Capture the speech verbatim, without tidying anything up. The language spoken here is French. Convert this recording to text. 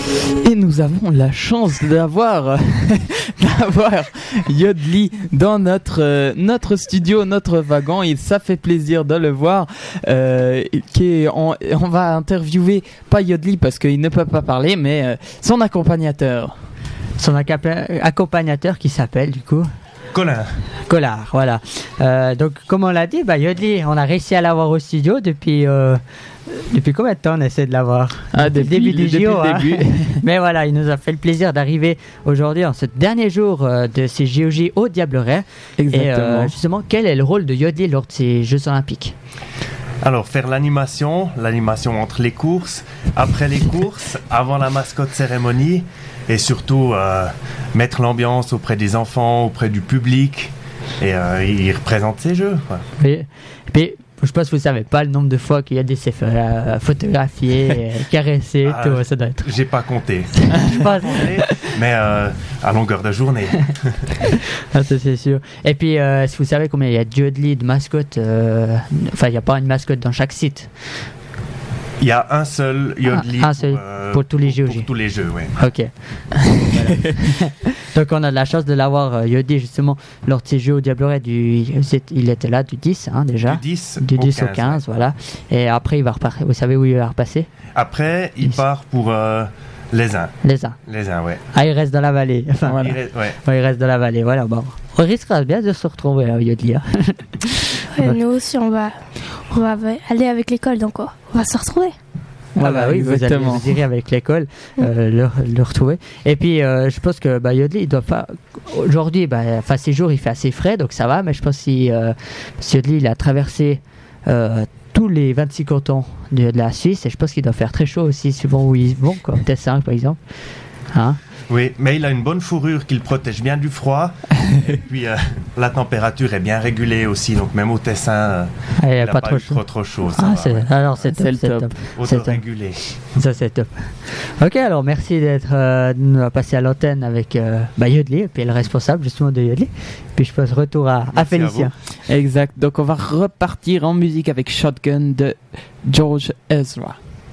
Et nous avons la chance d'avoir, d'avoir Yodli dans notre, euh, notre studio, notre wagon. Et ça fait plaisir de le voir. Euh, qui est, on, on va interviewer, pas Yodli parce qu'il ne peut pas parler, mais euh, son accompagnateur. Son accapa- accompagnateur qui s'appelle du coup Colin. Collard, voilà. Euh, donc, comme on l'a dit, bah, Yodli, on a réussi à l'avoir au studio depuis. Euh, depuis combien de temps on essaie de l'avoir Ah, depuis, le début du depuis J O. le Hein. début. Mais voilà, il nous a fait le plaisir d'arriver aujourd'hui en ce dernier jour euh, de ces J O J au Diableret. Exactement. Et euh, justement, quel est le rôle de Yodli lors de ces Jeux Olympiques? Alors, faire l'animation, l'animation entre les courses, après les courses, avant la mascotte cérémonie, et surtout euh, mettre l'ambiance auprès des enfants, auprès du public, et euh, il représente ces jeux. Quoi. Et, et puis, je pense que vous savez pas le nombre de fois qu'il y a des s'est fait euh, photographier, caresser, Ah, tout, ça doit être. J'ai pas compté, Je pense. mais euh, à longueur de journée. Ah, ça c'est sûr. Et puis, euh, si vous savez combien il y a de Yodli de mascottes, euh, enfin, il n'y a pas une mascotte dans chaque site. Il y a un seul Yodli Ah, un seul, pour, euh, pour tous les J O pour J. tous les jeux, oui. Ok. Voilà. Donc on a de la chance de l'avoir euh, Yodli justement lors de ces Jeux au Diableret. Du, il était là du dix hein, déjà. Du dix, du au dix au quinze, quinze, ouais. voilà. Et après il va repasser. Vous savez où il va repasser? Après, il Dix. part pour euh, les uns. Les uns. Les uns, ouais. Ah, il reste dans la vallée. Enfin, Voilà. Il reste- ouais. ouais, il reste dans la vallée. Voilà. Bon, on risquera bien de se retrouver là, Yodli. Hein. Ouais, nous aussi, on va, on va aller avec l'école, donc on va se retrouver. Voilà, oui, vous, allez, exactement. vous irez avec l'école euh, le, le retrouver. Et puis, euh, je pense que bah, Yodli, il doit pas. Aujourd'hui, bah, enfin, ces jours, il fait assez frais, donc ça va. Mais je pense que si, euh, si Yodli, il a traversé euh, tous les vingt-six cantons de, de la Suisse, et je pense qu'il doit faire très chaud aussi, suivant où ils vont, comme Tessin par exemple. Hein? Oui, mais il a une bonne fourrure qui le protège bien du froid. Et puis euh, la température est bien régulée aussi, donc même au Tessin, euh, Ah, il il n'y a n'a pas, pas, trop eu chaud. trop trop chaud. Ça Ah, va, c'est, ouais. alors c'est top, C'est le c'est top. top. C'est top. Autorégulé. Ça c'est top. Ok, alors merci d'être euh, de nous passer à l'antenne avec euh, bah, Yodli, et puis le responsable justement de Yodli. Puis je passe retour à, à Merci à Félicien. Exact. Donc on va repartir en musique avec Shotgun de George Ezra.